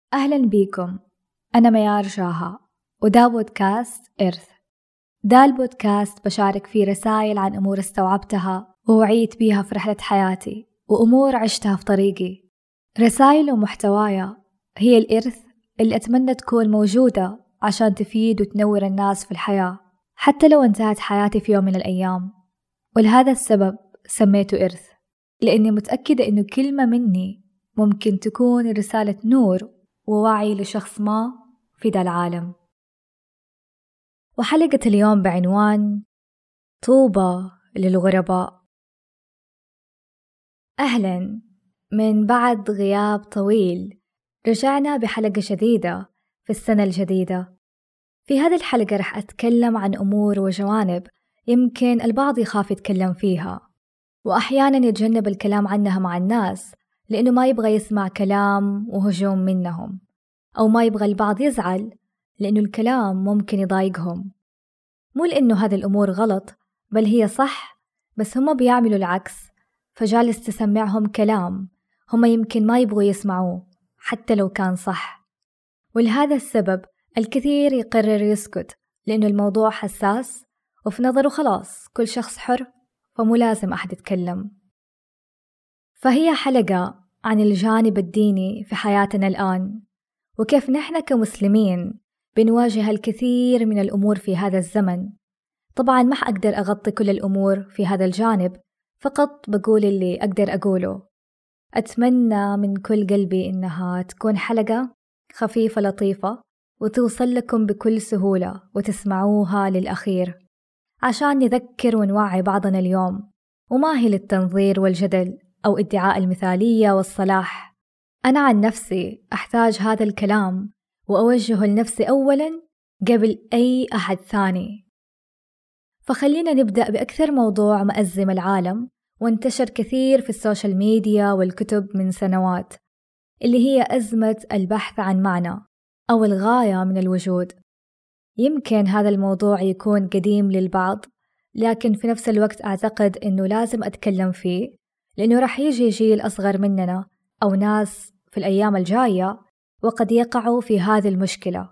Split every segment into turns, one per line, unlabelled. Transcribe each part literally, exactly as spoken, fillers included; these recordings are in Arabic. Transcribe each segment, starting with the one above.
أهلا بيكم. أنا ميار جاها وده بودكاست إرث. ده البودكاست بشارك فيه رسائل عن أمور استوعبتها ووعيت بيها في رحلة حياتي وأمور عشتها في طريقي. رسائل ومحتوايا هي الإرث اللي أتمنى تكون موجودة عشان تفيد وتنور الناس في الحياة حتى لو انتهت حياتي في يوم من الأيام. ولهذا السبب سميته إرث، لأني متأكدة إنه كلمة مني ممكن تكون رسالة نور ووعي لشخص ما في ذا العالم. وحلقة اليوم بعنوان طوبى للغرباء. أهلا، من بعد غياب طويل رجعنا بحلقة جديدة في السنة الجديدة. في هذه الحلقة رح أتكلم عن أمور وجوانب يمكن البعض يخاف يتكلم فيها، وأحيانا يتجنب الكلام عنها مع الناس لأنه ما يبغى يسمع كلام وهجوم منهم، أو ما يبغى البعض يزعل لأنه الكلام ممكن يضايقهم. مو لأنه هذه الأمور غلط، بل هي صح، بس هم بيعملوا العكس، فجالس تسمعهم كلام هم يمكن ما يبغوا يسمعوه حتى لو كان صح. ولهذا السبب الكثير يقرر يسكت لأنه الموضوع حساس، وفي نظره خلاص كل شخص حر، فمو لازم أحد يتكلم. فهي حلقة عن الجانب الديني في حياتنا الآن، وكيف نحن كمسلمين بنواجه الكثير من الأمور في هذا الزمن. طبعا ما أقدر أغطي كل الأمور في هذا الجانب، فقط بقول اللي أقدر أقوله. أتمنى من كل قلبي إنها تكون حلقة خفيفة لطيفة وتوصل لكم بكل سهولة وتسمعوها للأخير، عشان نذكر ونوعي بعضنا اليوم، وما هي للتنظير والجدل أو ادعاء المثالية والصلاح. أنا عن نفسي أحتاج هذا الكلام وأوجهه لنفسي أولاً قبل أي أحد ثاني. فخلينا نبدأ بأكثر موضوع مأزم العالم وانتشر كثير في السوشيال ميديا والكتب من سنوات، اللي هي أزمة البحث عن معنى أو الغاية من الوجود. يمكن هذا الموضوع يكون قديم للبعض، لكن في نفس الوقت أعتقد أنه لازم أتكلم فيه، لأنه رح يجي جيل أصغر مننا أو ناس في الأيام الجاية وقد يقعوا في هذه المشكلة.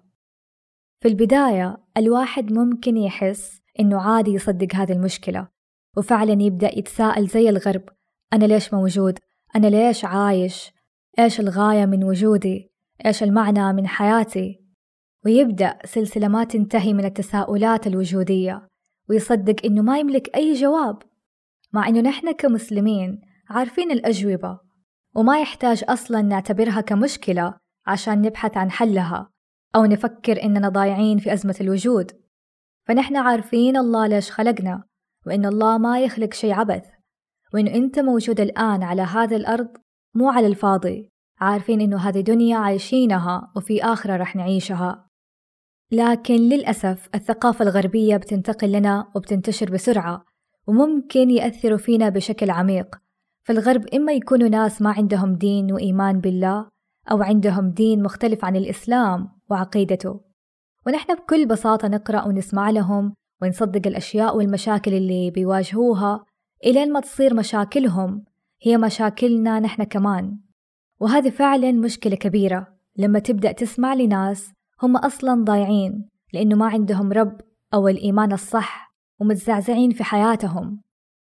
في البداية الواحد ممكن يحس إنه عادي يصدق هذه المشكلة، وفعلا يبدأ يتساءل زي الغرب: أنا ليش موجود؟ أنا ليش عايش؟ إيش الغاية من وجودي؟ إيش المعنى من حياتي؟ ويبدأ سلسلة ما تنتهي من التساؤلات الوجودية، ويصدق إنه ما يملك أي جواب، مع إنه نحن كمسلمين عارفين الأجوبة، وما يحتاج أصلا نعتبرها كمشكلة عشان نبحث عن حلها أو نفكر إننا ضايعين في أزمة الوجود. فنحن عارفين الله ليش خلقنا، وإن الله ما يخلق شيء عبث، وإنه أنت موجود الآن على هذا الأرض مو على الفاضي. عارفين إنه هذه دنيا عايشينها وفي آخرة رح نعيشها. لكن للأسف الثقافة الغربية بتنتقل لنا وبتنتشر بسرعة، وممكن يأثروا فينا بشكل عميق. فالغرب إما يكونوا ناس ما عندهم دين وإيمان بالله، أو عندهم دين مختلف عن الإسلام وعقيدته، ونحن بكل بساطة نقرأ ونسمع لهم ونصدق الأشياء والمشاكل اللي بيواجهوها، إلين ما تصير مشاكلهم هي مشاكلنا نحن كمان. وهذه فعلا مشكلة كبيرة لما تبدأ تسمع لناس هم أصلا ضايعين لأنه ما عندهم رب أو الإيمان الصح ومتزعزعين في حياتهم.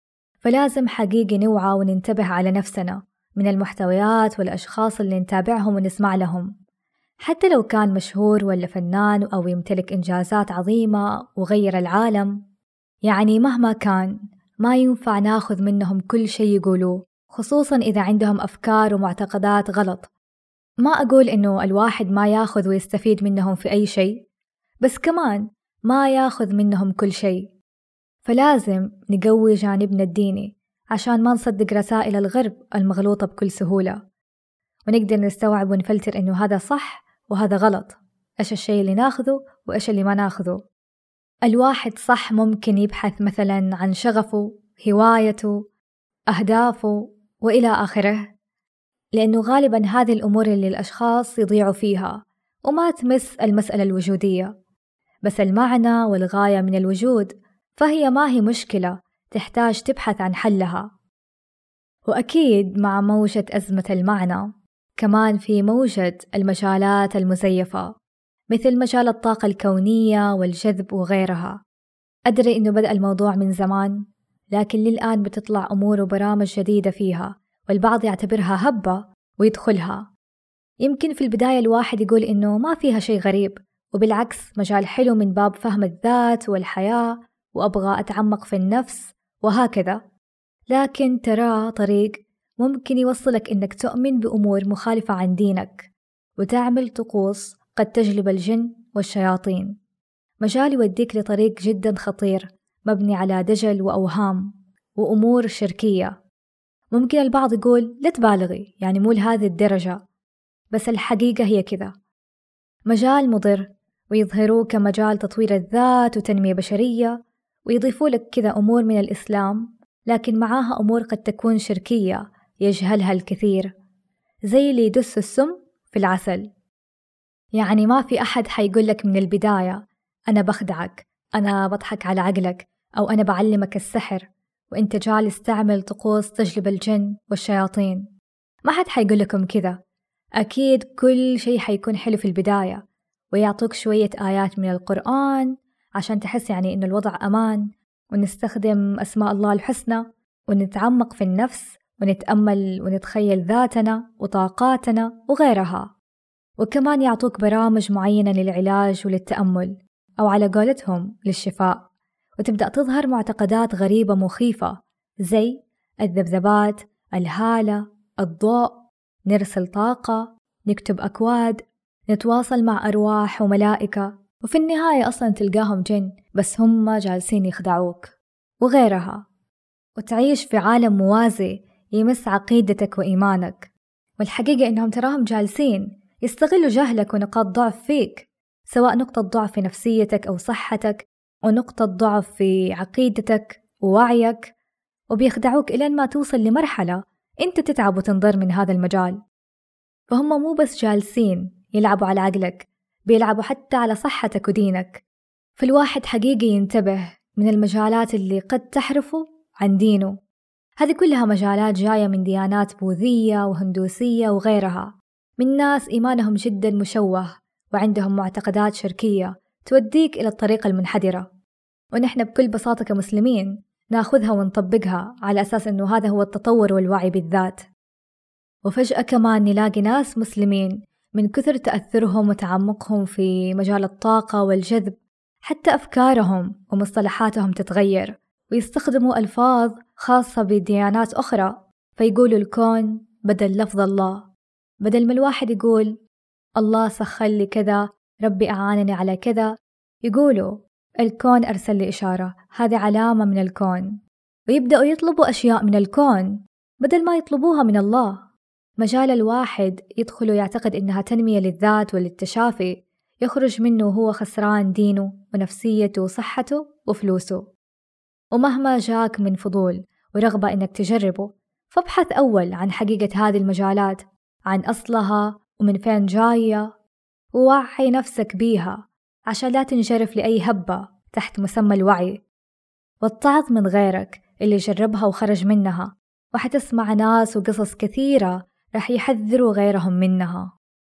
فلازم حقيقي نوعى وننتبه على نفسنا من المحتويات والأشخاص اللي نتابعهم ونسمع لهم، حتى لو كان مشهور ولا فنان أو يمتلك إنجازات عظيمة وغير العالم. يعني مهما كان ما ينفع ناخذ منهم كل شيء يقولوه، خصوصا إذا عندهم أفكار ومعتقدات غلط. ما أقول إنه الواحد ما ياخذ ويستفيد منهم في أي شيء، بس كمان ما ياخذ منهم كل شيء. فلازم نقوي جانبنا الديني عشان ما نصدق رسائل الغرب المغلوطة بكل سهولة، ونقدر نستوعب ونفلتر إنه هذا صح وهذا غلط، إيش الشيء اللي ناخذه وإيش اللي ما ناخذه. الواحد صح ممكن يبحث مثلا عن شغفه، هوايته، أهدافه وإلى آخره، لأنه غالبا هذه الأمور اللي الأشخاص يضيعوا فيها وما تمس المسألة الوجودية. بس المعنى والغاية من الوجود فهي ما هي مشكلة تحتاج تبحث عن حلها. وأكيد مع موجة أزمة المعنى كمان في موجة المجالات المزيفة مثل مجال الطاقة الكونية والجذب وغيرها. أدري إنه بدأ الموضوع من زمان، لكن للآن بتطلع أمور وبرامج جديدة فيها، والبعض يعتبرها هبة ويدخلها. يمكن في البداية الواحد يقول إنه ما فيها شيء غريب، وبالعكس مجال حلو من باب فهم الذات والحياة، وأبغى أتعمق في النفس وهكذا. لكن ترى طريق ممكن يوصلك إنك تؤمن بأمور مخالفة عن دينك، وتعمل طقوس قد تجلب الجن والشياطين. مجال يوديك لطريق جدا خطير مبني على دجل وأوهام وأمور شركية. ممكن البعض يقول لا تبالغي، يعني مو لهذه الدرجة، بس الحقيقة هي كذا. مجال مضر، ويظهروه كمجال تطوير الذات وتنمية بشرية، ويضيفوا لك كذا أمور من الإسلام، لكن معاها أمور قد تكون شركية يجهلها الكثير، زي اللي يدس السم في العسل. يعني ما في أحد حيقول لك من البداية أنا بخدعك، أنا بضحك على عقلك، أو أنا بعلمك السحر وإنت جالس تعمل طقوس تجلب الجن والشياطين. ما حد حيقول لكم كذا. أكيد كل شيء حيكون حلو في البداية، ويعطوك شوية آيات من القرآن عشان تحس يعني إنه الوضع أمان، ونستخدم أسماء الله الحسنى، ونتعمق في النفس، ونتأمل ونتخيل ذاتنا وطاقاتنا وغيرها. وكمان يعطوك برامج معينة للعلاج وللتأمل، أو على قولتهم للشفاء. وتبدأ تظهر معتقدات غريبة مخيفة زي الذبذبات، الهالة، الضوء، نرسل طاقة، نكتب أكواد، نتواصل مع أرواح وملائكة، وفي النهاية أصلا تلقاهم جن بس هم جالسين يخدعوك وغيرها. وتعيش في عالم موازي يمس عقيدتك وإيمانك، والحقيقة إنهم تراهم جالسين يستغلوا جهلك ونقاط ضعف فيك، سواء نقطة ضعف في نفسيتك أو صحتك، ونقطة ضعف في عقيدتك ووعيك، وبيخدعوك إلين ما توصل لمرحلة أنت تتعب وتنضر من هذا المجال. فهم مو بس جالسين يلعبوا على عقلك، بيلعبوا حتى على صحتك ودينك. فالواحد حقيقي ينتبه من المجالات اللي قد تحرفه عن دينه. هذه كلها مجالات جاية من ديانات بوذية وهندوسية وغيرها، من ناس إيمانهم جدا مشوه وعندهم معتقدات شركية توديك إلى الطريق المنحدرة. ونحن بكل بساطة كمسلمين ناخذها ونطبقها على أساس أنه هذا هو التطور والوعي بالذات. وفجأة كمان نلاقي ناس مسلمين من كثر تأثرهم وتعمقهم في مجال الطاقة والجذب، حتى أفكارهم ومصطلحاتهم تتغير، ويستخدموا ألفاظ خاصة بديانات أخرى، فيقولوا الكون بدل لفظ الله. بدل ما الواحد يقول الله سخر لي كذا، ربي أعانني على كذا، يقولوا الكون أرسل لي إشارة، هذه علامة من الكون. ويبدأوا يطلبوا أشياء من الكون بدل ما يطلبوها من الله. مجال الواحد يدخل ويعتقد إنها تنمية للذات وللتشافي، يخرج منه وهو خسران دينه ونفسيته وصحته وفلوسه. ومهما جاك من فضول ورغبة إنك تجربه، فابحث أول عن حقيقة هذه المجالات، عن أصلها ومن فين جاية، ووعي نفسك بيها عشان لا تنجرف لأي هبة تحت مسمى الوعي. واتعظ من غيرك اللي جربها وخرج منها، وحتسمع ناس وقصص كثيرة رح يحذروا غيرهم منها.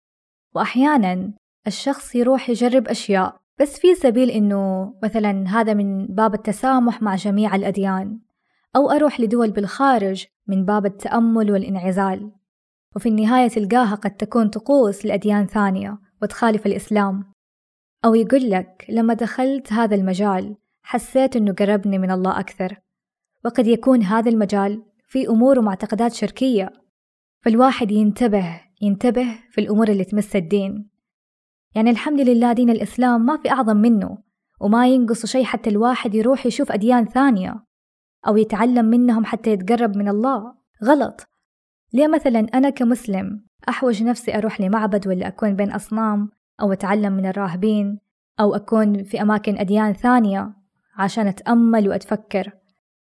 وأحيانا الشخص يروح يجرب أشياء بس في سبيل إنه مثلا هذا من باب التسامح مع جميع الأديان، أو أروح لدول بالخارج من باب التأمل والانعزال، وفي النهاية تلقاها قد تكون طقوس لأديان ثانية وتخالف الإسلام. أو يقول لك لما دخلت هذا المجال حسيت إنه قربني من الله أكثر، وقد يكون هذا المجال في أمور ومعتقدات شركية. فالواحد ينتبه ينتبه في الأمور اللي تمس الدين. يعني الحمد لله دين الإسلام ما في أعظم منه، وما ينقص شيء حتى الواحد يروح يشوف أديان ثانية أو يتعلم منهم حتى يتقرب من الله. غلط. ليه مثلا أنا كمسلم أحوج نفسي أروح لمعبد ولا أكون بين أصنام، أو أتعلم من الراهبين، أو أكون في أماكن أديان ثانية عشان أتأمل وأتفكر؟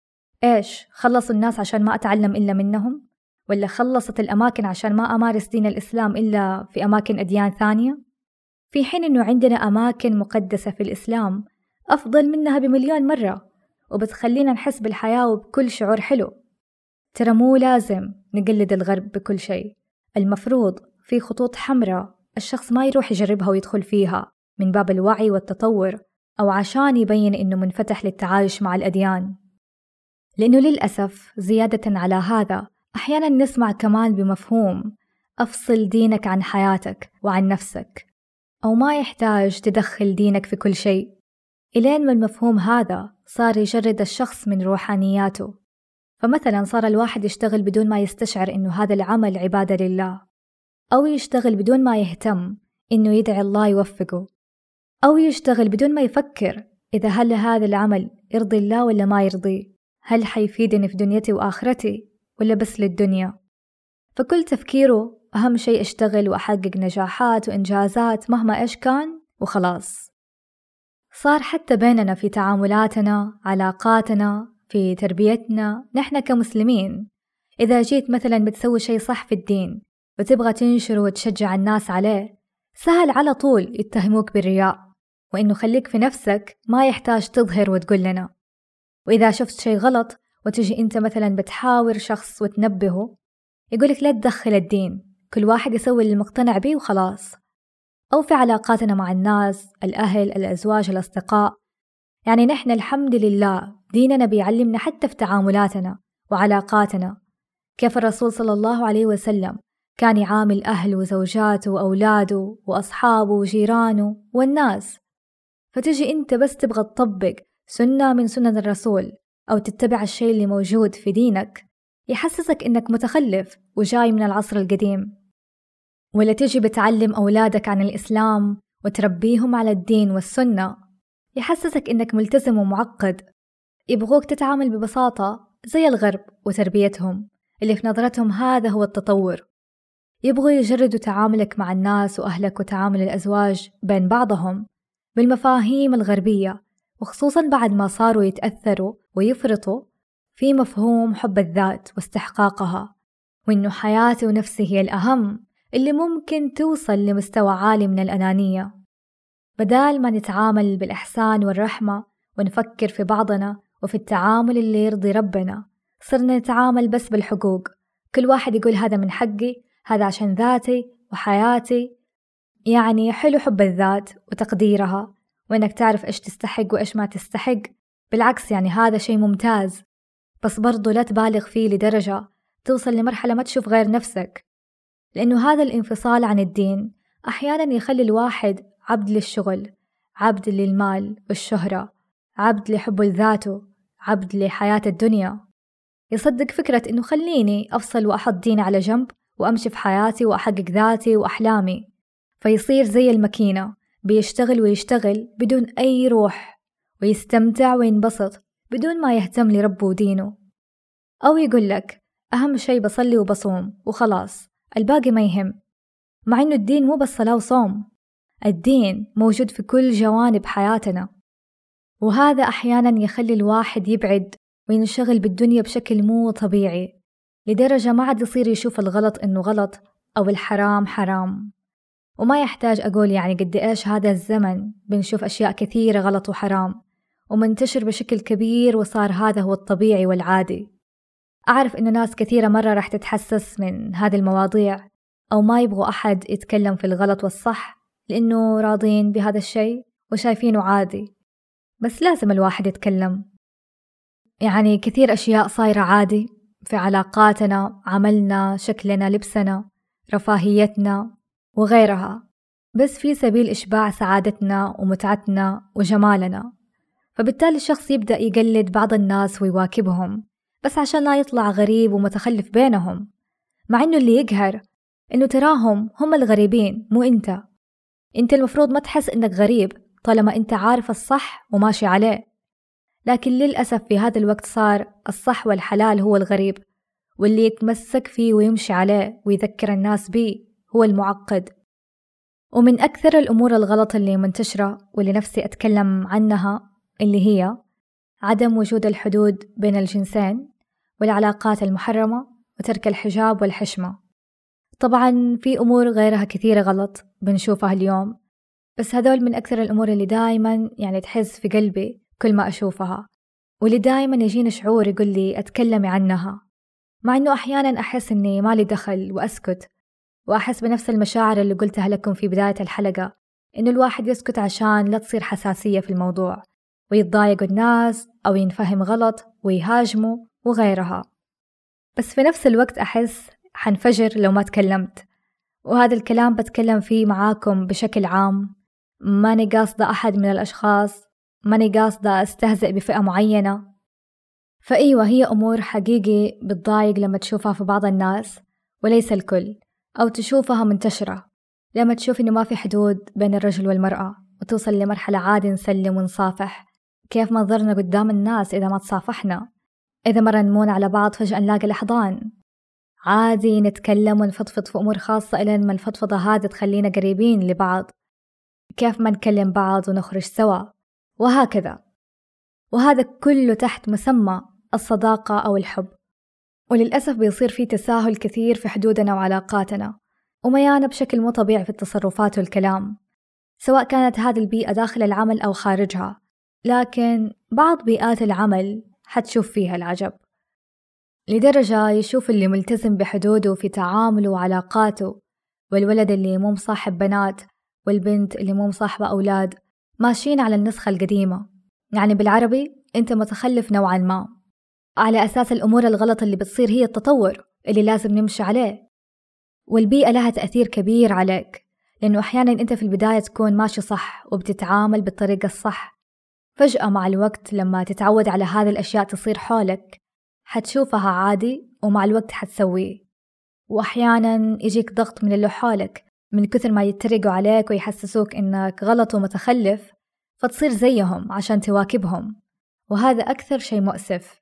إيش خلص الناس عشان ما أتعلم إلا منهم؟ ولا خلصت الأماكن عشان ما أمارس دين الإسلام إلا في أماكن أديان ثانية؟ في حين أنه عندنا أماكن مقدسة في الإسلام أفضل منها بمليون مرة، وبتخلينا نحس بالحياة وبكل شعور حلو. ترى مو لازم نقلد الغرب بكل شيء. المفروض في خطوط حمراء الشخص ما يروح يجربها ويدخل فيها من باب الوعي والتطور أو عشان يبين إنه منفتح للتعايش مع الأديان. لأنه للأسف زيادة على هذا أحيانا نسمع كمان بمفهوم أفصل دينك عن حياتك وعن نفسك، أو ما يحتاج تدخل دينك في كل شيء، إلين ما المفهوم هذا صار يجرد الشخص من روحانياته. فمثلا صار الواحد يشتغل بدون ما يستشعر إنه هذا العمل عبادة لله، أو يشتغل بدون ما يهتم إنه يدعي الله يوفقه، أو يشتغل بدون ما يفكر إذا هل هذا العمل يرضي الله ولا ما يرضي، هل حيفيدني في دنيتي وآخرتي ولا بس للدنيا. فكل تفكيره أهم شيء أشتغل وأحقق نجاحات وإنجازات مهما إيش كان وخلاص. صار حتى بيننا في تعاملاتنا، علاقاتنا، في تربيتنا نحن كمسلمين، إذا جيت مثلا بتسوي شيء صح في الدين وتبغى تنشره وتشجع الناس عليه، سهل على طول يتهموك بالرياء وإنه خليك في نفسك ما يحتاج تظهر وتقول لنا. وإذا شفت شيء غلط وتجي أنت مثلا بتحاور شخص وتنبهه، يقولك لا تدخل الدين، كل واحد يسوي اللي مقتنع به وخلاص. أو في علاقاتنا مع الناس، الأهل، الأزواج، الأصدقاء، يعني نحن الحمد لله ديننا بيعلمنا حتى في تعاملاتنا وعلاقاتنا كيف الرسول صلى الله عليه وسلم كان يعامل أهله وزوجاته وأولاده وأصحابه وجيرانه والناس. فتجي أنت بس تبغى تطبق سنة من سنن الرسول أو تتبع الشيء اللي موجود في دينك، يحسسك إنك متخلف وجاي من العصر القديم. ولا تجي بتعلم أولادك عن الإسلام وتربيهم على الدين والسنة، يحسسك إنك ملتزم ومعقد. يبغوك تتعامل ببساطة زي الغرب وتربيتهم اللي في نظرتهم هذا هو التطور. يبغوا يجردوا تعاملك مع الناس وأهلك وتعامل الأزواج بين بعضهم بالمفاهيم الغربية، وخصوصا بعد ما صاروا يتأثروا ويفرطوا في مفهوم حب الذات واستحقاقها، وإنه حياتي ونفسي هي الأهم اللي ممكن توصل لمستوى عالي من الأنانية. بدال ما نتعامل بالإحسان والرحمة ونفكر في بعضنا وفي التعامل اللي يرضي ربنا، صرنا نتعامل بس بالحقوق، كل واحد يقول هذا من حقي، هذا عشان ذاتي وحياتي. يعني حلو حب الذات وتقديرها وإنك تعرف إيش تستحق وإيش ما تستحق، بالعكس يعني هذا شيء ممتاز، بس برضو لا تبالغ فيه لدرجة توصل لمرحلة ما تشوف غير نفسك. لأنه هذا الانفصال عن الدين أحيانا يخلي الواحد عبد للشغل، عبد للمال والشهرة، عبد لحب لذاته، عبد لحياة الدنيا. يصدق فكرة إنه خليني أفصل وأحط ديني على جنب وأمشي في حياتي وأحقق ذاتي وأحلامي، فيصير زي الماكينة بيشتغل ويشتغل بدون أي روح، ويستمتع وينبسط بدون ما يهتم لربه ودينه. أو يقول لك أهم شيء بصلي وبصوم وخلاص، الباقي ما يهم، مع إنه الدين مو بس صلاة وصوم، الدين موجود في كل جوانب حياتنا. وهذا أحيانا يخلي الواحد يبعد وينشغل بالدنيا بشكل مو طبيعي، لدرجة ما عاد يصير يشوف الغلط إنه غلط أو الحرام حرام. وما يحتاج أقول يعني قد إيش هذا الزمن بنشوف أشياء كثيرة غلط وحرام ومنتشر بشكل كبير، وصار هذا هو الطبيعي والعادي. أعرف إنه ناس كثيرة مرة راح تتحسس من هذه المواضيع أو ما يبغوا أحد يتكلم في الغلط والصح لأنه راضين بهذا الشيء وشايفينه عادي، بس لازم الواحد يتكلم. يعني كثير أشياء صايرة عادي في علاقاتنا، عملنا، شكلنا، لبسنا، رفاهيتنا وغيرها، بس في سبيل إشباع سعادتنا ومتعتنا وجمالنا. فبالتالي الشخص يبدأ يقلد بعض الناس ويواكبهم بس عشان لا يطلع غريب ومتخلف بينهم، مع إنه اللي يقهر إنه تراهم هم الغريبين مو أنت. أنت المفروض ما تحس إنك غريب طالما أنت عارف الصح وماشي عليه. لكن للأسف في هذا الوقت صار الصح والحلال هو الغريب، واللي يتمسك فيه ويمشي عليه ويذكر الناس بيه هو المعقد. ومن أكثر الأمور الغلط اللي منتشرة واللي نفسي أتكلم عنها اللي هي عدم وجود الحدود بين الجنسين والعلاقات المحرمة وترك الحجاب والحشمة. طبعا في أمور غيرها كثيرة غلط بنشوفها اليوم، بس هذول من أكثر الأمور اللي دايما يعني تحس في قلبي كل ما أشوفها، واللي دايما يجيني شعور يقول لي أتكلمي عنها، مع أنه أحيانا أحس أني مالي دخل وأسكت وأحس بنفس المشاعر اللي قلتها لكم في بداية الحلقة، إنه الواحد يسكت عشان لا تصير حساسية في الموضوع ويتضايقوا الناس أو ينفهم غلط ويهاجموا وغيرها. بس في نفس الوقت أحس حنفجر لو ما تكلمت، وهذا الكلام بتكلم فيه معاكم بشكل عام، ماني قاصدة أحد من الأشخاص، ماني قاصدة أستهزئ بفئة معينة. فأيوة، هي أمور حقيقي بتضايق لما تشوفها في بعض الناس وليس الكل، أو تشوفها منتشرة لما تشوف إنه ما في حدود بين الرجل والمرأة وتوصل لمرحلة عادي نسلم ونصافح. كيف منظرنا قدام الناس إذا ما تصافحنا؟ إذا مرة نمون على بعض فجأة نلاقي الأحضان. عادي نتكلم ونفضفض في أمور خاصة إلى ما الفضفضة هذه تخلينا قريبين لبعض. كيف ما نكلم بعض ونخرج سوا، وهكذا. وهذا كله تحت مسمى الصداقة أو الحب. وللأسف بيصير في تساهل كثير في حدودنا وعلاقاتنا، وميانا بشكل مو طبيعي في التصرفات والكلام، سواء كانت هذه البيئة داخل العمل أو خارجها. لكن بعض بيئات العمل حتشوف فيها العجب، لدرجة يشوف اللي ملتزم بحدوده في تعامله وعلاقاته، والولد اللي مو مصاحب بنات والبنت اللي مو مصاحبة أولاد ماشيين على النسخة القديمة. يعني بالعربي أنت متخلف نوعا ما، على أساس الأمور الغلط اللي بتصير هي التطور اللي لازم نمشي عليه. والبيئة لها تأثير كبير عليك، لأنه أحيانا أنت في البداية تكون ماشي صح وبتتعامل بالطريقة الصح، فجأة مع الوقت لما تتعود على هذه الأشياء تصير حولك حتشوفها عادي، ومع الوقت حتسويه. وأحيانا يجيك ضغط من اللي حولك من كثر ما يتريقوا عليك ويحسسوك إنك غلط ومتخلف، فتصير زيهم عشان تواكبهم، وهذا أكثر شيء مؤسف.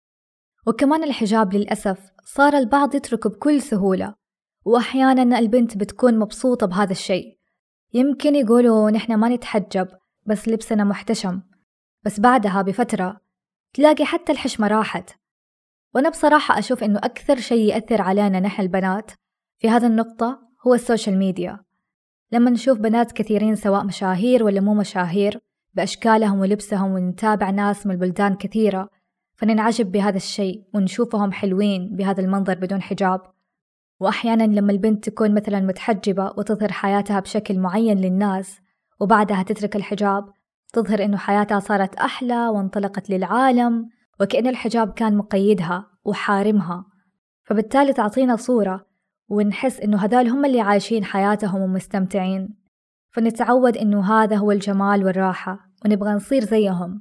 وكمان الحجاب للأسف صار البعض يتركه بكل سهولة، وأحيانا البنت بتكون مبسوطة بهذا الشيء. يمكن يقولوا نحن ما نتحجب بس لبسنا محتشم، بس بعدها بفترة تلاقي حتى الحشمة راحت. وأنا بصراحة أشوف إنه أكثر شيء يأثر علينا نحن البنات في هذا النقطة هو السوشيال ميديا. لما نشوف بنات كثيرين سواء مشاهير ولا مو مشاهير بأشكالهم ولبسهم، ونتابع ناس من البلدان كثيرة، فننعجب بهذا الشيء ونشوفهم حلوين بهذا المنظر بدون حجاب. وأحيانا لما البنت تكون مثلا متحجبة وتظهر حياتها بشكل معين للناس، وبعدها تترك الحجاب، تظهر إنه حياتها صارت أحلى وانطلقت للعالم، وكأن الحجاب كان مقيدها وحارمها. فبالتالي تعطينا صورة ونحس إنه هذول هم اللي عايشين حياتهم ومستمتعين، فنتعود إنه هذا هو الجمال والراحة ونبغى نصير زيهم.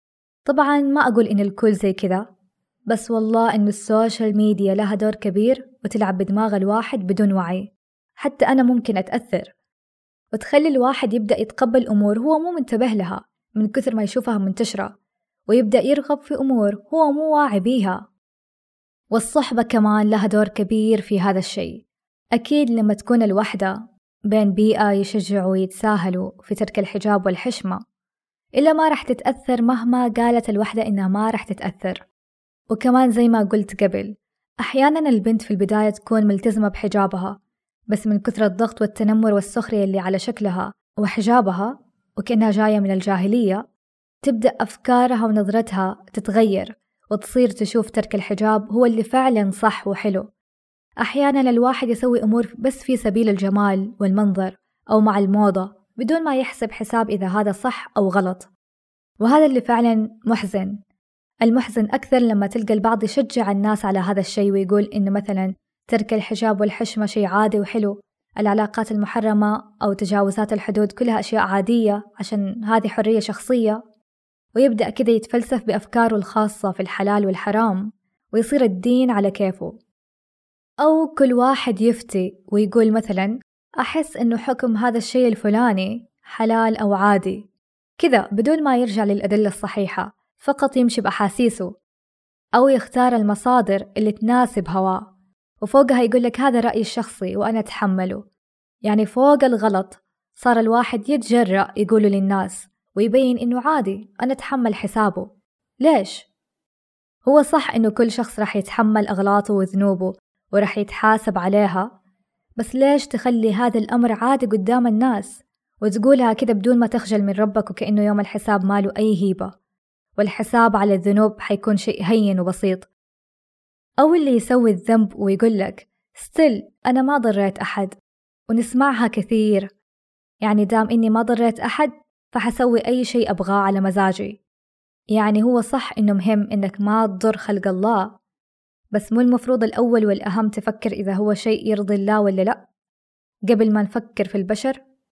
طبعا ما أقول إن الكل زي كذا، بس والله إنه السوشيال ميديا لها دور كبير وتلعب بدماغ الواحد بدون وعي. حتى أنا ممكن أتأثر وتخلي الواحد يبدأ يتقبل أمور هو مو منتبه لها من كثر ما يشوفها منتشرة، ويبدأ يرغب في أمور هو مو واعي بيها. والصحبة كمان لها دور كبير في هذا الشيء. أكيد لما تكون الوحدة بين بيئة يشجعوا ويتساهلوا في ترك الحجاب والحشمة، إلا ما رح تتأثر مهما قالت الوحدة إنها ما رح تتأثر. وكمان زي ما قلت قبل، أحيانا البنت في البداية تكون ملتزمة بحجابها، بس من كثرة الضغط والتنمر والسخرية اللي على شكلها وحجابها وكأنها جاية من الجاهلية، تبدأ أفكارها ونظرتها تتغير وتصير تشوف ترك الحجاب هو اللي فعلا صح وحلو. أحيانا الواحد يسوي أمور بس في سبيل الجمال والمنظر أو مع الموضة بدون ما يحسب حساب إذا هذا صح أو غلط، وهذا اللي فعلا محزن. المحزن أكثر لما تلقى البعض يشجع الناس على هذا الشيء ويقول إنه مثلا ترك الحجاب والحشمة شيء عادي وحلو، العلاقات المحرمة أو تجاوزات الحدود كلها أشياء عادية عشان هذه حرية شخصية، ويبدأ كده يتفلسف بأفكاره الخاصة في الحلال والحرام، ويصير الدين على كيفه. أو كل واحد يفتي ويقول مثلا أحس إنه حكم هذا الشيء الفلاني حلال أو عادي كذا بدون ما يرجع للأدلة الصحيحة، فقط يمشي بأحاسيسه، أو يختار المصادر اللي تناسب هواه، وفوقها يقول لك هذا رأيي الشخصي وأنا أتحمله. يعني فوق الغلط صار الواحد يتجرأ يقوله للناس ويبين إنه عادي أنا أتحمل حسابه. ليش؟ هو صح إنه كل شخص رح يتحمل أغلاطه وذنوبه ورح يتحاسب عليها، بس ليش تخلي هذا الأمر عادي قدام الناس وتقولها كده بدون ما تخجل من ربك، وكأنه يوم الحساب ماله أي هيبة، والحساب على الذنوب حيكون شيء هين وبسيط. أو اللي يسوي الذنب ويقول لك ستيل أنا ما ضريت أحد، ونسمعها كثير، يعني دام إني ما ضريت أحد فحسوي أي شيء أبغاه على مزاجي. يعني هو صح إنه مهم إنك ما تضر خلق الله، بس مو المفروض الأول والأهم تفكر إذا هو شيء يرضي الله ولا لأ قبل ما نفكر في البشر؟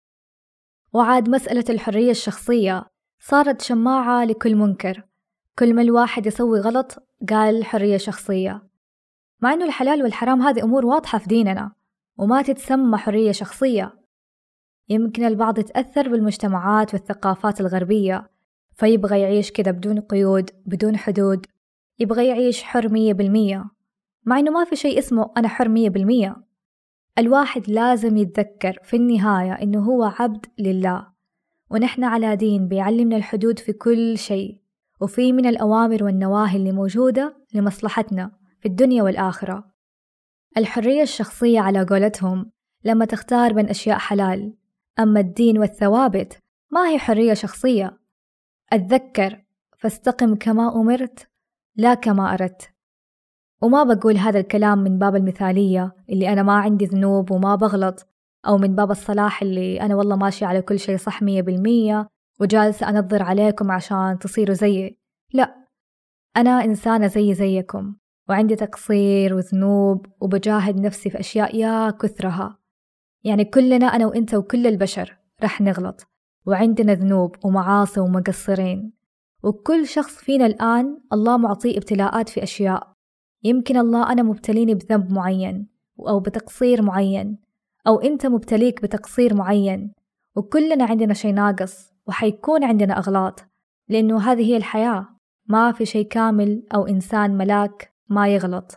وعاد مسألة الحرية الشخصية صارت شماعة لكل منكر، كل ما الواحد يسوي غلط قال حرية شخصية، مع إنه الحلال والحرام هذه أمور واضحة في ديننا وما تتسمى حرية شخصية. يمكن البعض يتأثر بالمجتمعات والثقافات الغربية فيبغى يعيش كده بدون قيود بدون حدود، يبغى يعيش حر مية بالمية، مع إنه ما في شيء اسمه أنا حر مية بالمية. الواحد لازم يتذكر في النهاية إنه هو عبد لله، ونحن على دين بيعلمنا الحدود في كل شيء، وفي من الأوامر والنواهي اللي موجودة لمصلحتنا في الدنيا والآخرة. الحرية الشخصية على قولتهم لما تختار بين أشياء حلال، أما الدين والثوابت ما هي حرية شخصية. أتذكر فاستقم كما أمرت لا كما أردت. وما بقول هذا الكلام من باب المثالية اللي أنا ما عندي ذنوب وما بغلط، أو من باب الصلاح اللي أنا والله ماشي على كل شيء صح مية بالمية وجالسة أنظر عليكم عشان تصيروا زيي. لا، أنا إنسانة زي زيكم وعندي تقصير وذنوب وبجاهد نفسي في أشياء يا كثرها. يعني كلنا أنا وإنت وكل البشر رح نغلط وعندنا ذنوب ومعاصي ومقصرين، وكل شخص فينا الآن الله معطيه ابتلاءات في أشياء. يمكن الله أنا مبتليني بذنب معين أو بتقصير معين، أو أنت مبتليك بتقصير معين، وكلنا عندنا شيء ناقص وحيكون عندنا أغلاط، لأنه هذه هي الحياة، ما في شيء كامل أو إنسان ملاك ما يغلط.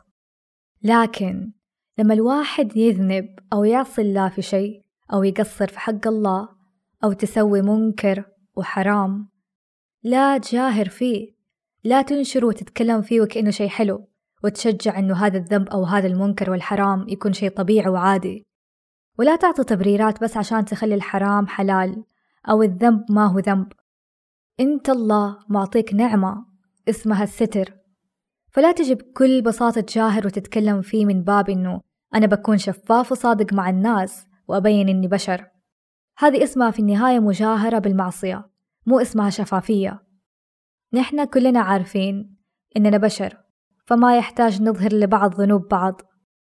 لكن لما الواحد يذنب أو يعصي الله في شيء أو يقصر في حق الله أو تسوي منكر وحرام، لا تجاهر فيه، لا تنشر وتتكلم فيه وكأنه شيء حلو وتشجع أنه هذا الذنب أو هذا المنكر والحرام يكون شيء طبيعي وعادي، ولا تعطي تبريرات بس عشان تخلي الحرام حلال أو الذنب ما هو ذنب. أنت الله معطيك نعمة اسمها الستر، فلا تجي بكل بساطة تجاهر وتتكلم فيه من باب أنه أنا بكون شفاف وصادق مع الناس وأبين أني بشر. هذه اسمها في النهاية مجاهرة بالمعصية، مو اسمها شفافية. نحن كلنا عارفين إننا بشر، فما يحتاج نظهر لبعض ذنوب بعض.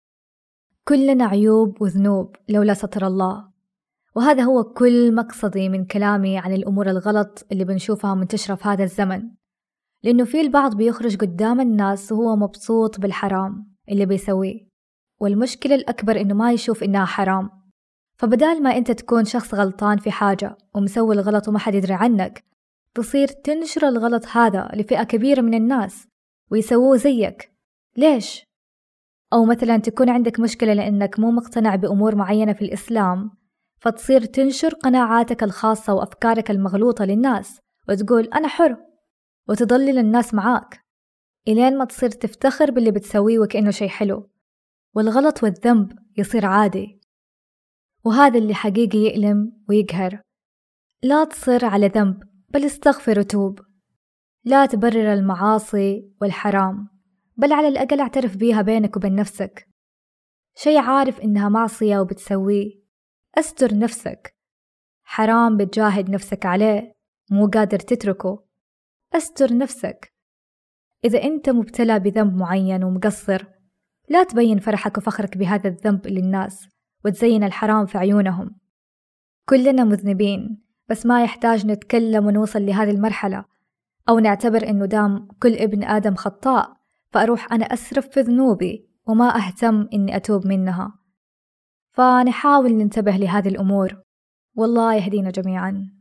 كلنا عيوب وذنوب لولا ستر الله. وهذا هو كل مقصدي من كلامي عن الأمور الغلط اللي بنشوفها منتشرة في هذا الزمن، لأنه في البعض بيخرج قدام الناس وهو مبسوط بالحرام اللي بيسويه، والمشكلة الأكبر إنه ما يشوف إنها حرام. فبدال ما أنت تكون شخص غلطان في حاجة ومسوي الغلط وما حد يدري عنك، تصير تنشر الغلط هذا لفئة كبيرة من الناس ويسووه زيك. ليش؟ أو مثلا تكون عندك مشكلة لأنك مو مقتنع بأمور معينة في الإسلام، فتصير تنشر قناعاتك الخاصة وأفكارك المغلوطة للناس وتقول أنا حر، وتضلل الناس معاك إلين ما تصير تفتخر باللي بتسويه وكأنه شيء حلو، والغلط والذنب يصير عادي. وهذا اللي حقيقي يألم ويقهر. لا تصر على ذنب، بل استغفر وتوب. لا تبرر المعاصي والحرام، بل على الأقل اعترف بيها بينك وبين نفسك. شيء عارف إنها معصية وبتسويه، أستر نفسك. حرام بتجاهد نفسك عليه مو قادر تتركه، أستر نفسك. إذا أنت مبتلى بذنب معين ومقصر، لا تبين فرحك وفخرك بهذا الذنب للناس وتزين الحرام في عيونهم. كلنا مذنبين، بس ما يحتاج نتكلم ونوصل لهذه المرحلة، أو نعتبر إنه دام كل ابن آدم خطاء فأروح أنا أسرف في ذنوبي وما أهتم إني أتوب منها. فنحاول ننتبه لهذه الأمور، والله يهدينا جميعا.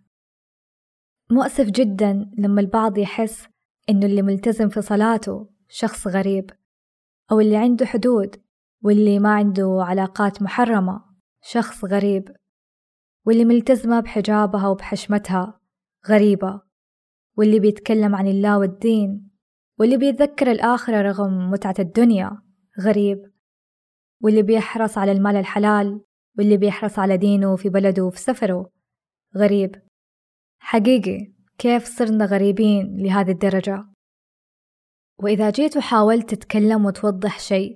مؤسف جدا لما البعض يحس إنه اللي ملتزم في صلاته شخص غريب، أو اللي عنده حدود واللي ما عنده علاقات محرمة شخص غريب، واللي ملتزمة بحجابها وبحشمتها غريبة، واللي بيتكلم عن الله والدين واللي بيتذكر الآخرة رغم متعة الدنيا غريب، واللي بيحرص على المال الحلال واللي بيحرص على دينه في بلده وفي سفره غريب. حقيقي كيف صرنا غريبين لهذه الدرجة؟ وإذا جيت وحاولت تتكلم وتوضح شيء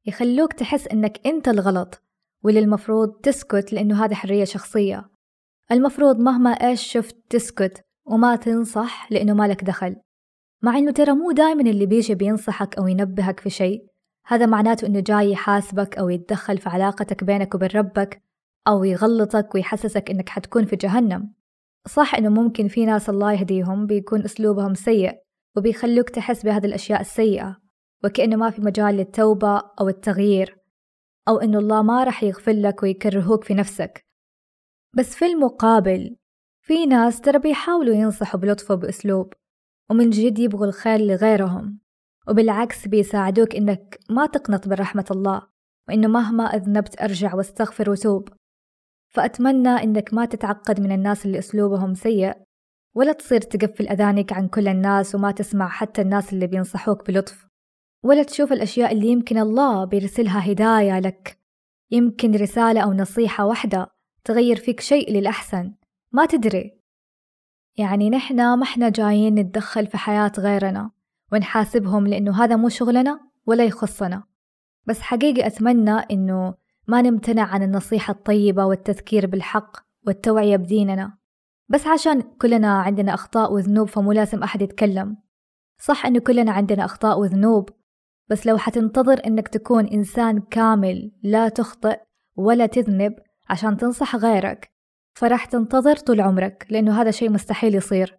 يخلوك تحس إنك أنت الغلط، واللي المفروض تسكت لأنه هذا حرية شخصية. المفروض مهما إيش شفت تسكت وما تنصح لأنه مالك دخل. مع إنه ترى مو دايما اللي بيجي بينصحك أو ينبهك في شيء هذا معناته إنه جاي يحاسبك أو يتدخل في علاقتك بينك وبين ربك، أو يغلطك ويحسسك إنك حتكون في جهنم. صح إنه ممكن في ناس الله يهديهم بيكون أسلوبهم سيء وبيخلوك تحس بهذه الأشياء السيئة وكأنه ما في مجال للتوبة أو التغيير، أو إنه الله ما رح يغفر لك ويكرهوك في نفسك. بس في المقابل في ناس ترى بيحاولوا ينصحوا بلطف وبأسلوب ومن جد يبغوا الخير لغيرهم، وبالعكس بيساعدوك إنك ما تقنط برحمة الله، وإنه مهما أذنبت أرجع واستغفر وتوب. فأتمنى إنك ما تتعقد من الناس اللي أسلوبهم سيء، ولا تصير تقفل أذانك عن كل الناس وما تسمع حتى الناس اللي بينصحوك بلطف، ولا تشوف الأشياء اللي يمكن الله بيرسلها هداية لك، يمكن رسالة أو نصيحة واحدة تغير فيك شيء للأحسن، ما تدري. يعني نحنا ما احنا جايين نتدخل في حياة غيرنا ونحاسبهم لأنه هذا مو شغلنا ولا يخصنا. بس حقيقة أتمنى إنه ما نمتنع عن النصيحة الطيبة والتذكير بالحق والتوعية بديننا، بس عشان كلنا عندنا أخطاء وذنوب فمو لازم أحد يتكلم. صح إنه كلنا عندنا أخطاء وذنوب، بس لو حتنتظر إنك تكون إنسان كامل لا تخطئ ولا تذنب عشان تنصح غيرك فرح تنتظر طول عمرك، لأنه هذا شيء مستحيل يصير.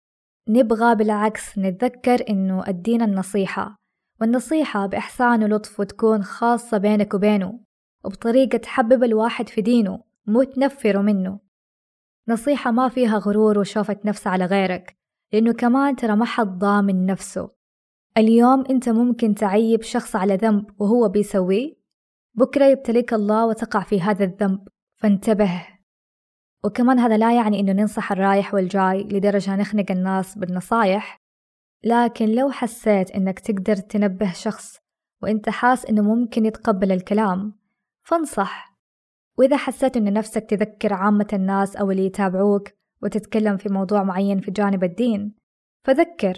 نبغى بالعكس نتذكر إنه الدين النصيحة، والنصيحة بإحسان ولطف وتكون خاصة بينك وبينه وبطريقة تحبب الواحد في دينه مو تنفره منه. نصيحة ما فيها غرور وشوفة نفس على غيرك، لأنه كمان ترى ما حد ضامن نفسه. اليوم أنت ممكن تعيب شخص على ذنب وهو بيسويه، بكرة يبتليك الله وتقع في هذا الذنب، فانتبه. وكمان هذا لا يعني إنه ننصح الرايح والجاي لدرجة نخنق الناس بالنصايح، لكن لو حسيت إنك تقدر تنبه شخص وإنت حاس إنه ممكن يتقبل الكلام فانصح. وإذا حسيت إن نفسك تذكر عامة الناس أو اللي يتابعوك وتتكلم في موضوع معين في جانب الدين فذكر،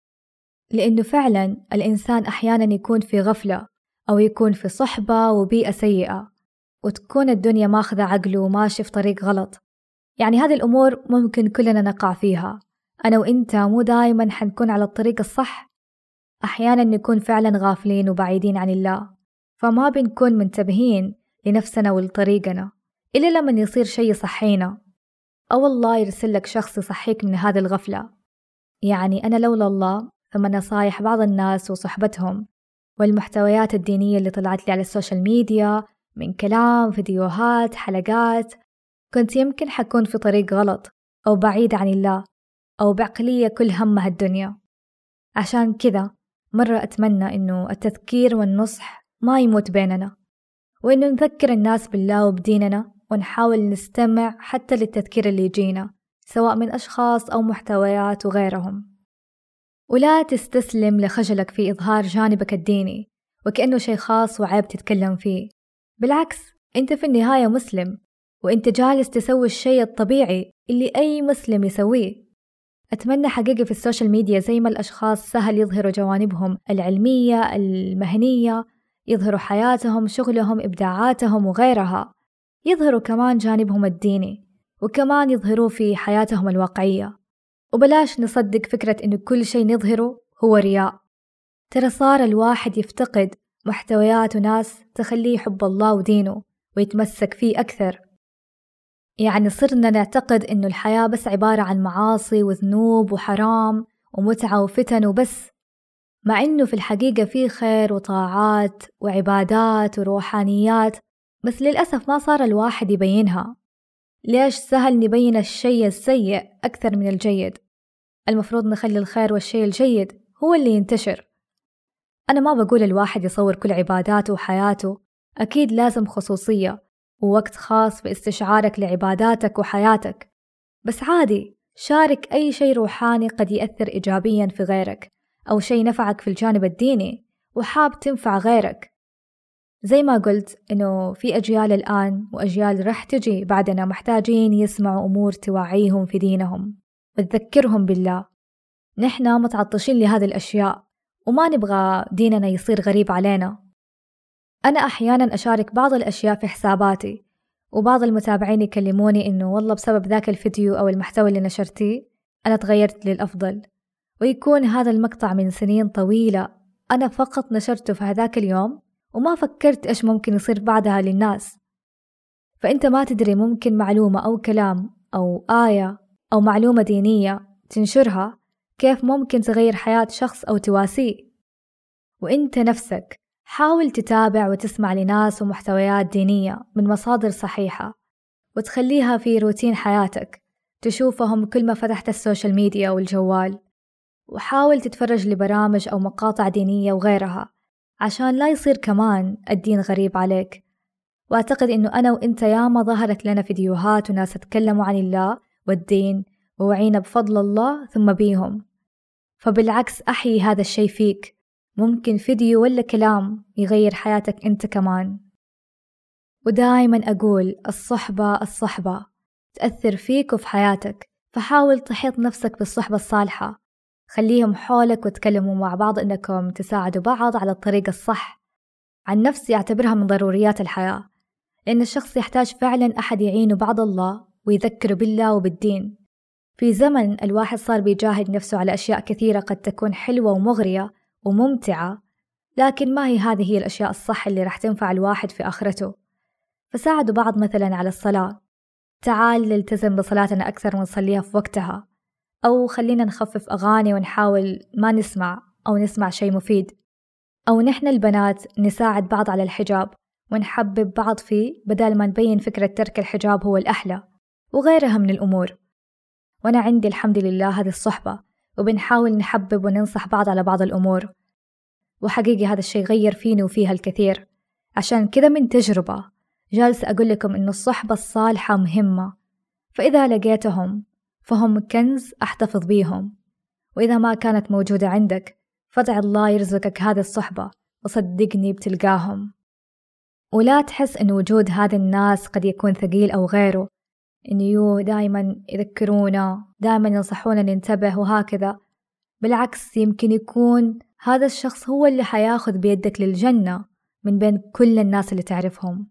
لأنه فعلا الإنسان أحيانا يكون في غفلة أو يكون في صحبة وبيئة سيئة وتكون الدنيا ماخذة عقله وماشي في طريق غلط. يعني هذه الأمور ممكن كلنا نقع فيها، أنا وإنت مو دايما حنكون على الطريق الصح، أحيانا نكون فعلا غافلين وبعيدين عن الله، فما بنكون منتبهين لنفسنا ولطريقنا إلا لما يصير شيء يصحينا أو الله يرسل لك شخص يصحيك من هذه الغفلة. يعني أنا لولا الله ثم نصايح بعض الناس وصحبتهم والمحتويات الدينية اللي طلعت لي على السوشيال ميديا من كلام، فيديوهات، حلقات، كنت يمكن حكون في طريق غلط أو بعيد عن الله أو بعقلية كل همها الدنيا. عشان كذا مرة أتمنى إنه التذكير والنصح ما يموت بيننا، وإنه نذكر الناس بالله وبديننا ونحاول نستمع حتى للتذكير اللي يجينا سواء من أشخاص أو محتويات وغيرهم. ولا تستسلم لخجلك في إظهار جانبك الديني وكأنه شيء خاص وعيب تتكلم فيه، بالعكس أنت في النهاية مسلم وأنت جالس تسوي الشيء الطبيعي اللي أي مسلم يسويه. أتمنى حقيقة في السوشيال ميديا زي ما الأشخاص سهل يظهروا جوانبهم العلمية المهنية، يظهروا حياتهم، شغلهم، إبداعاتهم وغيرها، يظهروا كمان جانبهم الديني وكمان يظهروا في حياتهم الواقعية. وبلاش نصدق فكرة إنه كل شيء نظهره هو رياء، ترى صار الواحد يفتقد محتويات وناس تخليه يحب الله ودينه ويتمسك فيه أكثر. يعني صرنا نعتقد إنه الحياة بس عبارة عن معاصي وذنوب وحرام ومتعة وفتن وبس، مع إنه في الحقيقة فيه خير وطاعات وعبادات وروحانيات، بس للأسف ما صار الواحد يبينها. ليش سهل نبين الشيء السيء أكثر من الجيد؟ المفروض نخلي الخير والشيء الجيد هو اللي ينتشر. أنا ما بقول الواحد يصور كل عباداته وحياته، أكيد لازم خصوصية ووقت خاص في استشعارك لعباداتك وحياتك، بس عادي شارك أي شيء روحاني قد يأثر إيجابيا في غيرك أو شيء نفعك في الجانب الديني وحاب تنفع غيرك. زي ما قلت إنه في أجيال الآن وأجيال رح تجي بعدنا محتاجين يسمعوا أمور توعيهم في دينهم وتذكرهم بالله. نحنا متعطشين لهذه الأشياء وما نبغى ديننا يصير غريب علينا. أنا أحياناً أشارك بعض الأشياء في حساباتي، وبعض المتابعين يكلموني إنه والله بسبب ذاك الفيديو أو المحتوى اللي نشرتيه أنا تغيرت للأفضل، ويكون هذا المقطع من سنين طويلة أنا فقط نشرته في هذاك اليوم وما فكرت إيش ممكن يصير بعدها للناس. فأنت ما تدري، ممكن معلومة أو كلام أو آية أو معلومة دينية تنشرها كيف ممكن تغير حياة شخص أو تواسيه. وإنت نفسك حاول تتابع وتسمع لناس ومحتويات دينية من مصادر صحيحة وتخليها في روتين حياتك، تشوفهم كل ما فتحت السوشيال ميديا والجوال، وحاول تتفرج لبرامج أو مقاطع دينية وغيرها عشان لا يصير كمان الدين غريب عليك. وأعتقد إنه أنا وإنت ياما ظهرت لنا فيديوهات وناس تكلموا عن الله والدين ووعينا بفضل الله ثم بيهم، فبالعكس أحيي هذا الشي فيك، ممكن فيديو ولا كلام يغير حياتك أنت كمان. ودائما أقول الصحبة الصحبة تأثر فيك وفي حياتك، فحاول تحيط نفسك بالصحبة الصالحة، خليهم حولك وتكلموا مع بعض إنكم تساعدوا بعض على الطريق الصح. عن نفسي أعتبرها من ضروريات الحياة، لأن الشخص يحتاج فعلا أحد يعينه بعد الله ويذكره بالله وبالدين. في زمن الواحد صار بيجاهد نفسه على أشياء كثيرة قد تكون حلوة ومغرية وممتعة، لكن ما هي هذه هي الأشياء الصح اللي راح تنفع الواحد في آخرته. فساعدوا بعض مثلا على الصلاة، تعال نلتزم بصلاتنا أكثر ونصليها في وقتها، أو خلينا نخفف أغاني ونحاول ما نسمع أو نسمع شيء مفيد، أو نحن البنات نساعد بعض على الحجاب ونحبب بعض فيه بدل ما نبين فكرة ترك الحجاب هو الأحلى، وغيرها من الأمور. وأنا عندي الحمد لله هذه الصحبة، وبنحاول نحبب وننصح بعض على بعض الأمور، وحقيقي هذا الشيء غير فيني وفيها الكثير. عشان كذا من تجربة جالس أقول لكم إنه الصحبة الصالحة مهمة، فإذا لقيتهم فهم كنز أحتفظ بيهم، وإذا ما كانت موجودة عندك فادع الله يرزقك هذه الصحبة، وصدقني بتلقاهم. ولا تحس إن وجود هذا الناس قد يكون ثقيل أو غيره، إنه يو دائما يذكرونا دائما ينصحونا ننتبه وهكذا. بالعكس، يمكن يكون هذا الشخص هو اللي حياخذ بيدك للجنة من بين كل الناس اللي تعرفهم.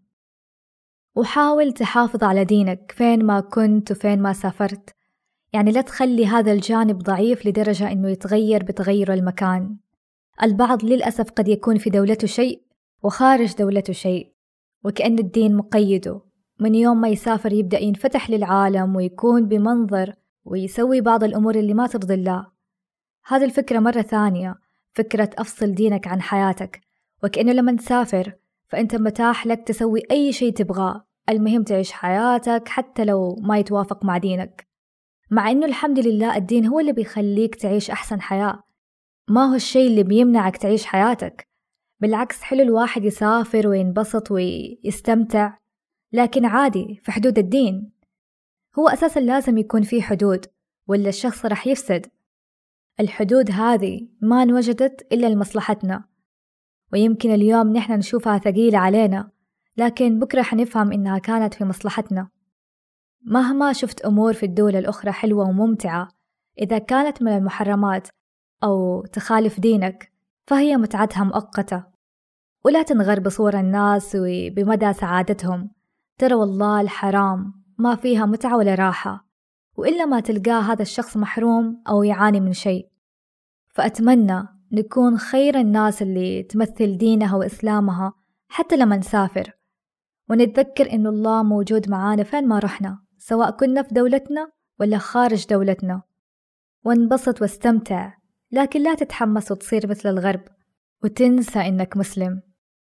وحاول تحافظ على دينك فين ما كنت وفين ما سافرت، يعني لا تخلي هذا الجانب ضعيف لدرجة إنه يتغير بتغير المكان. البعض للأسف قد يكون في دولته شيء وخارج دولته شيء، وكأن الدين مقيده، من يوم ما يسافر يبدأ ينفتح للعالم ويكون بمنظر ويسوي بعض الأمور اللي ما ترضي الله. هذه الفكرة مرة ثانية، فكرة أفصل دينك عن حياتك، وكأنه لما تسافر فأنت متاح لك تسوي أي شيء تبغاه، المهم تعيش حياتك حتى لو ما يتوافق مع دينك، مع أنه الحمد لله الدين هو اللي بيخليك تعيش أحسن حياة، ما هو الشيء اللي بيمنعك تعيش حياتك. بالعكس، حلو الواحد يسافر وينبسط ويستمتع، لكن عادي في حدود الدين. هو أساسا لازم يكون فيه حدود، ولا الشخص رح يفسد. الحدود هذه ما انوجدت إلا لمصلحتنا، ويمكن اليوم نحن نشوفها ثقيلة علينا، لكن بكرة حنفهم إنها كانت في مصلحتنا. مهما شفت أمور في الدول الأخرى حلوة وممتعة، إذا كانت من المحرمات أو تخالف دينك فهي متعتها مؤقتة، ولا تنغر بصور الناس وبمدى سعادتهم. ترى والله الحرام ما فيها متعة ولا راحة، وإلا ما تلقاه هذا الشخص محروم أو يعاني من شيء. فأتمنى نكون خير الناس اللي تمثل دينها وإسلامها حتى لما نسافر، ونتذكر إن الله موجود معانا فين ما رحنا، سواء كنا في دولتنا ولا خارج دولتنا، وانبسط واستمتع، لكن لا تتحمس وتصير مثل الغرب وتنسى إنك مسلم.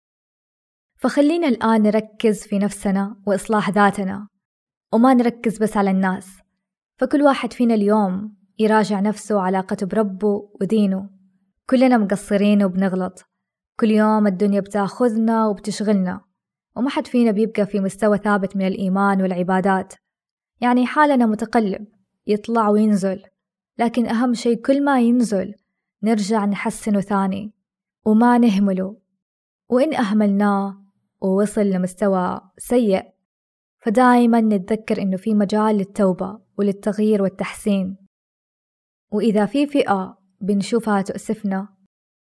فخلينا الآن نركز في نفسنا وإصلاح ذاتنا، وما نركز بس على الناس. فكل واحد فينا اليوم يراجع نفسه وعلاقته بربه ودينه. كلنا مقصرين وبنغلط، كل يوم الدنيا بتاخذنا وبتشغلنا، وما حد فينا بيبقى في مستوى ثابت من الإيمان والعبادات، يعني حالنا متقلب يطلع وينزل. لكن أهم شيء كل ما ينزل نرجع نحسنه ثاني وما نهمله، وإن أهملناه ووصل لمستوى سيء فدائما نتذكر إنه في مجال للتوبة وللتغيير والتحسين. وإذا في فئة بنشوفها تؤسفنا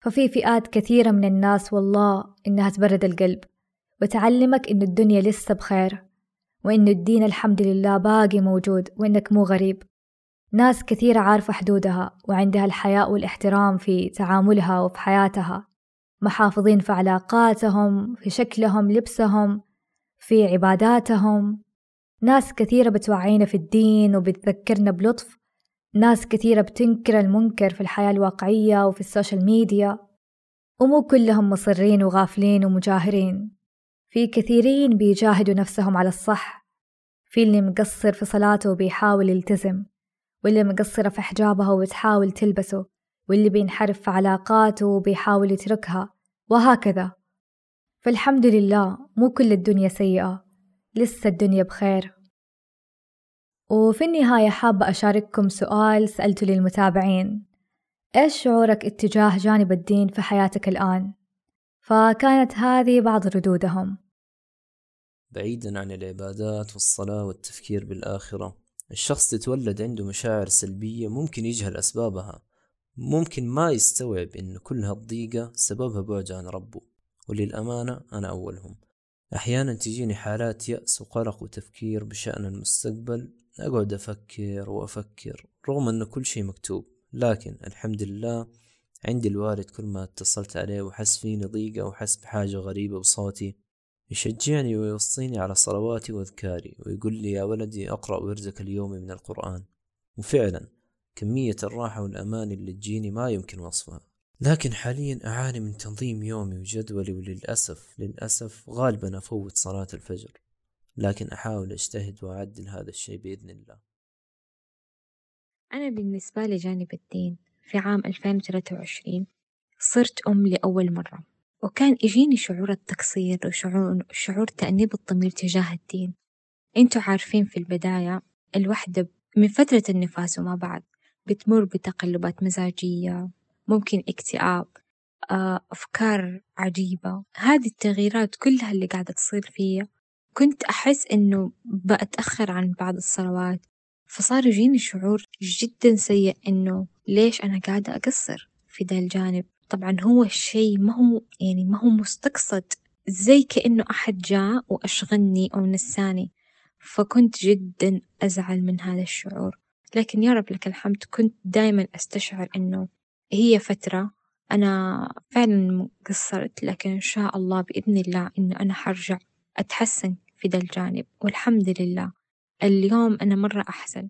ففي فئات كثيرة من الناس والله إنها تبرد القلب وتعلمك إن الدنيا لسه بخير، وإن الدين الحمد لله باقي موجود، وإنك مو غريب. ناس كثيرة عارفة حدودها وعندها الحياء والاحترام في تعاملها وفي حياتها، محافظين في علاقاتهم، في شكلهم، لبسهم، في عباداتهم. ناس كثيرة بتوعينا في الدين وبتذكرنا بلطف، ناس كثيرة بتنكر المنكر في الحياة الواقعية وفي السوشيال ميديا، ومو كلهم مصرين وغافلين ومجاهرين. في كثيرين بيجاهدوا نفسهم على الصح، في اللي مقصر في صلاته وبيحاول يلتزم، واللي مقصرة في حجابها وبتحاول تلبسه، واللي بينحرف في علاقاته وبيحاول يتركها، وهكذا. فالحمد لله مو كل الدنيا سيئة، لسه الدنيا بخير. وفي النهاية حابة أشارككم سؤال سألته للمتابعين: إيش شعورك اتجاه جانب الدين في حياتك الآن؟ فكانت هذه بعض ردودهم:
بعيدا عن العبادات والصلاة والتفكير بالآخرة، الشخص تتولد عنده مشاعر سلبية ممكن يجهل أسبابها، ممكن ما يستوعب إن كل هالضيقة سببها بعد عن ربه، وللأمانة أنا أولهم. أحيانا تجيني حالات يأس وقلق وتفكير بشأن المستقبل، أقعد أفكر وأفكر رغم أن كل شيء مكتوب، لكن الحمد لله عندي الوالد كل ما اتصلت عليه وحس فيني ضيقة وحس بحاجة غريبة بصوتي يشجعني ويوصيني على صلواتي وأذكاري، ويقول لي يا ولدي أقرأ ورزك اليومي من القرآن. وفعلا كمية الراحة والأمان اللي تجيني ما يمكن وصفها. لكن حاليا أعاني من تنظيم يومي وجدولي، وللأسف للأسف غالبا أفوت صلاة الفجر، لكن أحاول أجتهد وأعدل هذا الشيء بإذن الله.
أنا بالنسبة لي جانب الدين في عام ألفين وثلاثة وعشرين صرت أم لأول مرة، وكان يجيني شعور التقصير وشعور شعور تأنيب الضمير تجاه الدين. أنتوا عارفين في البداية الوحدة من فترة النفاس وما بعد بتمر بتقلبات مزاجية، ممكن اكتئاب، أفكار عجيبة. هذه التغييرات كلها اللي قاعدة تصير فيا كنت أحس إنه بأتأخر عن بعض الصلوات، فصار يجيني شعور جدا سيء إنه ليش أنا قاعدة أقصر في ذا الجانب. طبعا هو الشيء ما هو يعني ما هو مستقصد، زي كأنه أحد جاء وأشغلني أو نساني، فكنت جدا أزعل من هذا الشعور. لكن يا رب لك الحمد كنت دايما أستشعر إنه هي فترة، أنا فعلا قصرت، لكن إن شاء الله بإذن الله إنه أنا حرجع أتحسن في ذا الجانب، والحمد لله اليوم أنا مرة أحسن.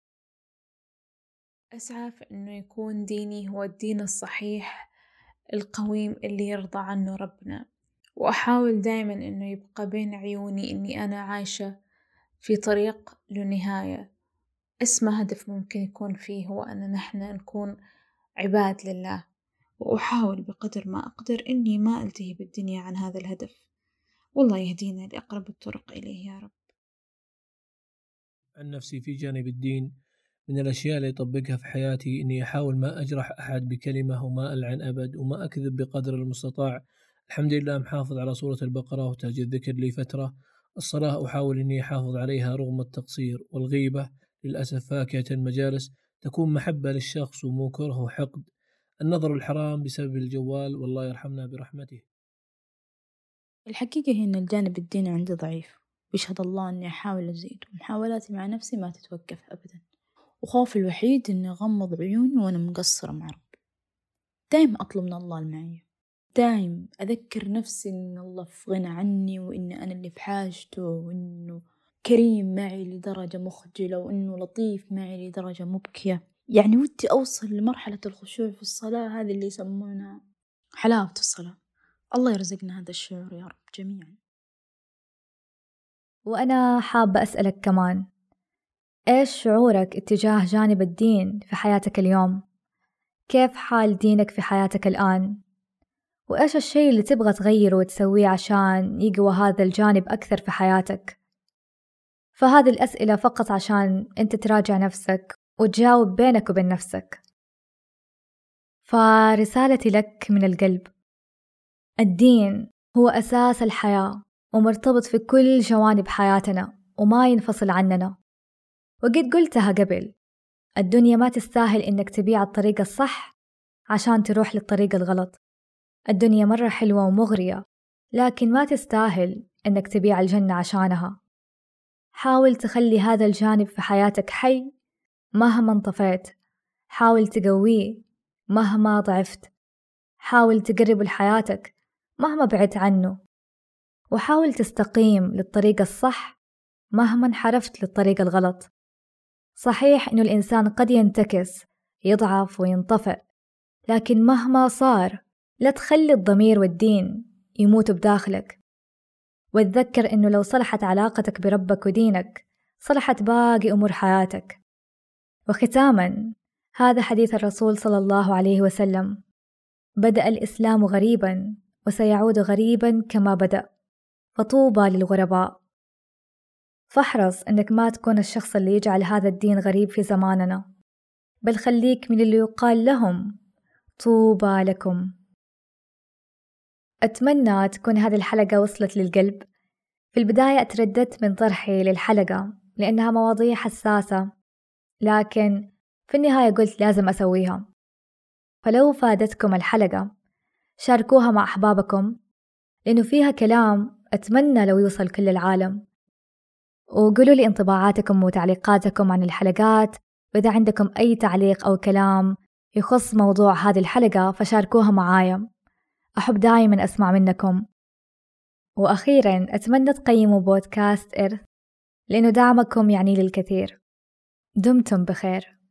أسعى في إنه يكون ديني هو الدين الصحيح القويم اللي يرضى عنه ربنا، وأحاول دايما إنه يبقى بين عيوني إني أنا عايشة في طريق له نهاية. اسمى هدف ممكن يكون فيه هو أن نحن نكون عباد لله، وأحاول بقدر ما أقدر إني ما ألتهي بالدنيا عن هذا الهدف. والله يهدينا لأقرب الطرق إليه يا رب.
عن نفسي في جانب الدين من الأشياء اللي أطبقها في حياتي إني أحاول ما أجرح أحد بكلمة وما ألعن أبد وما أكذب بقدر المستطاع. الحمد لله محافظ على سورة البقرة وتاج الذكر لي فترة. الصلاة أحاول إني أحافظ عليها رغم التقصير، والغيبة للأسف فاكهة المجالس تكون محبة للشخص ومو كره وحقد. النظر الحرام بسبب الجوال، والله يرحمنا برحمته.
الحقيقة هي أن الجانب الديني عندي ضعيف، ويشهد الله أني أحاول أزيد، ومحاولاتي مع نفسي ما تتوقف أبدا، وخوفي الوحيد أني أغمض عيوني وأنا مقصرة مع ربي. دايم أطلب من الله المعية، دايم أذكر نفسي أن الله في غنى عني، وإني أنا اللي في حاجته، وإنه كريم معي لدرجة مخجلة، وإنه لطيف معي لدرجة مبكية. يعني ودي أوصل لمرحلة الخشوع في الصلاة، هذه اللي يسمونها حلاوة الصلاة. الله يرزقنا هذا الشعور يا رب جميعا.
وأنا حابة أسألك كمان: إيش شعورك اتجاه جانب الدين في حياتك اليوم؟ كيف حال دينك في حياتك الآن؟ وإيش الشيء اللي تبغى تغيره وتسويه عشان يقوى هذا الجانب أكثر في حياتك؟ فهذه الأسئلة فقط عشان أنت تراجع نفسك وتجاوب بينك وبين نفسك. فرسالتي لك من القلب: الدين هو أساس الحياة ومرتبط في كل جوانب حياتنا وما ينفصل عننا. وقد قلتها قبل، الدنيا ما تستاهل إنك تبيع الطريقة الصح عشان تروح للطريقة الغلط. الدنيا مرة حلوة ومغرية، لكن ما تستاهل إنك تبيع الجنة عشانها. حاول تخلي هذا الجانب في حياتك حي مهما انطفيت، حاول تقويه مهما ضعفت، حاول تقرب لحياتك مهما بعدت عنه، وحاول تستقيم للطريق الصح مهما انحرفت للطريق الغلط. صحيح إنه الإنسان قد ينتكس، يضعف وينطفئ، لكن مهما صار لا تخلي الضمير والدين يموتوا بداخلك، وتذكر إنه لو صلحت علاقتك بربك ودينك صلحت باقي أمور حياتك. وختاما، هذا حديث الرسول صلى الله عليه وسلم: بدأ الإسلام غريبا وسيعود غريبا كما بدأ، فطوبى للغرباء. فاحرص إنك ما تكون الشخص اللي يجعل هذا الدين غريب في زماننا، بل خليك من اللي يقال لهم طوبى لكم. أتمنى تكون هذه الحلقة وصلت للقلب. في البداية أترددت من طرحي للحلقة لأنها مواضيع حساسة، لكن في النهاية قلت لازم أسويها. فلو فادتكم الحلقة شاركوها مع أحبابكم، لأنه فيها كلام أتمنى لو يوصل كل العالم. وقولوا لي انطباعاتكم وتعليقاتكم عن الحلقات، وإذا عندكم أي تعليق أو كلام يخص موضوع هذه الحلقة فشاركوها معايا، أحب دائما أسمع منكم. وأخيرا أتمنى تقيموا بودكاست إرث، لأنه دعمكم يعني للكثير. دمتم بخير.